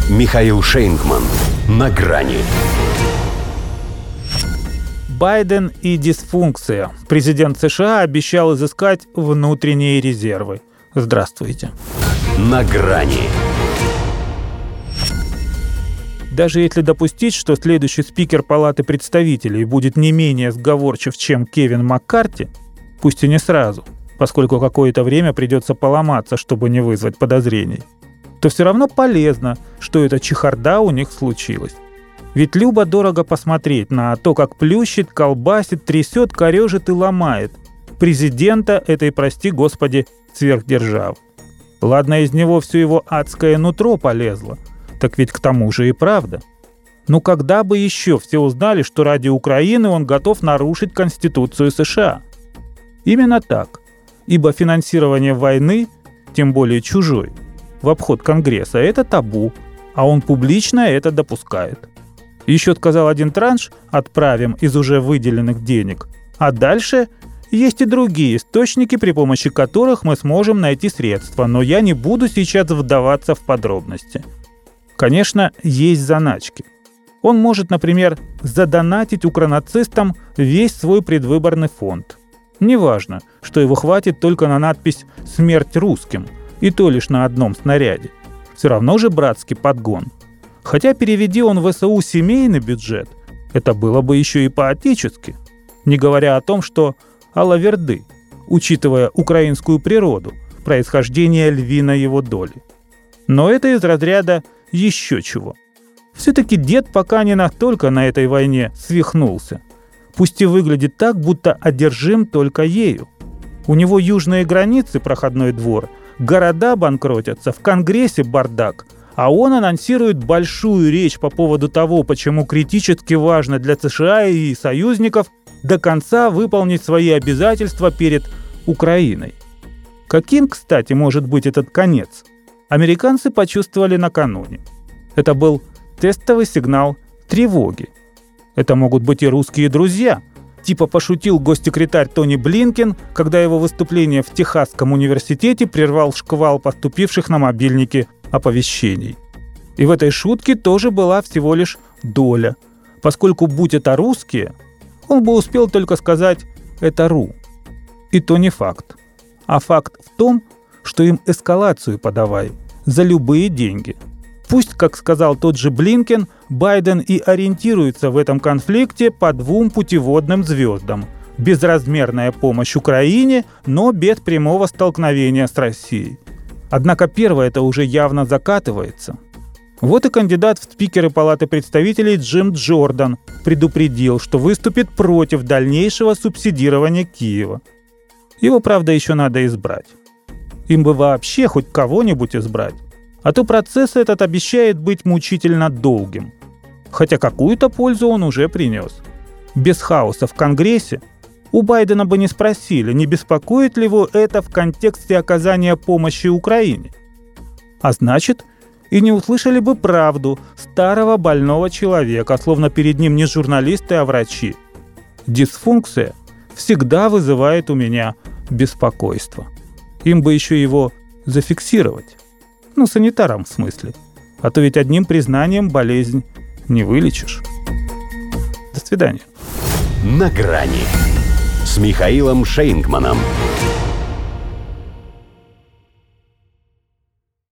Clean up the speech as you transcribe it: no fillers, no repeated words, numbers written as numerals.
Михаил Шейнгман. На грани. Байден и дисфункция. Президент США обещал изыскать внутренние резервы. Здравствуйте. На грани. Даже если допустить, что следующий спикер Палаты представителей будет не менее сговорчив, чем Кевин Маккарти, пусть и не сразу, поскольку какое-то время придется поломаться, чтобы не вызвать подозрений, то все равно полезно, что эта чехарда у них случилась. Ведь любо-дорого посмотреть на то, как плющит, колбасит, трясет, корежит и ломает президента этой, прости господи, сверхдержавы. Ладно, из него все его адское нутро полезло, так ведь к тому же и правда. Ну когда бы еще все узнали, что ради Украины он готов нарушить Конституцию США? Именно так, ибо финансирование войны, тем более чужой, в обход Конгресса – это табу, а он публично это допускает. Еще сказал один транш «отправим из уже выделенных денег», а дальше есть и другие источники, при помощи которых мы сможем найти средства, но я не буду сейчас вдаваться в подробности. Конечно, есть заначки. Он может, например, задонатить укронацистам весь свой предвыборный фонд. Неважно, что его хватит только на надпись «Смерть русским», и то лишь на одном снаряде. Все равно же братский подгон. Хотя переведи он в ВСУ семейный бюджет, это было бы еще и по-отечески. Не говоря о том, что алаверды, учитывая украинскую природу, происхождение львиной его доли. Но это из разряда еще чего. Все-таки дед пока не настолько на этой войне свихнулся. Пусть и выглядит так, будто одержим только ею. У него южные границы, проходной двор, города банкротятся, в Конгрессе бардак, а он анонсирует большую речь по поводу того, почему критически важно для США и союзников до конца выполнить свои обязательства перед Украиной. Каким, кстати, может быть этот конец? Американцы почувствовали накануне. Это был тестовый сигнал тревоги. Это могут быть и русские друзья. Типа пошутил госсекретарь Тони Блинкен, когда его выступление в Техасском университете прервал шквал поступивших на мобильники оповещений. И в этой шутке тоже была всего лишь доля, поскольку, будь это русские, он бы успел только сказать «это РУ». И то не факт. А факт в том, что им эскалацию подавай за любые деньги. Пусть, как сказал тот же Блинкен, Байден и ориентируется в этом конфликте по двум путеводным звездам. Безразмерная помощь Украине, но без прямого столкновения с Россией. Однако первое-то уже явно закатывается. Вот и кандидат в спикеры Палаты представителей Джим Джордан предупредил, что выступит против дальнейшего субсидирования Киева. Его, правда, еще надо избрать. Им бы вообще хоть кого-нибудь избрать. А то процесс этот обещает быть мучительно долгим. Хотя какую-то пользу он уже принес. Без хаоса в Конгрессе у Байдена бы не спросили, не беспокоит ли его это в контексте оказания помощи Украине. А значит, и не услышали бы правду старого больного человека, словно перед ним не журналисты, а врачи. Дисфункция всегда вызывает у меня беспокойство. Им бы еще его зафиксировать. Ну, санитарам в смысле. А то ведь одним признанием болезнь не вылечишь. До свидания. На грани с Михаилом Шейнгманом.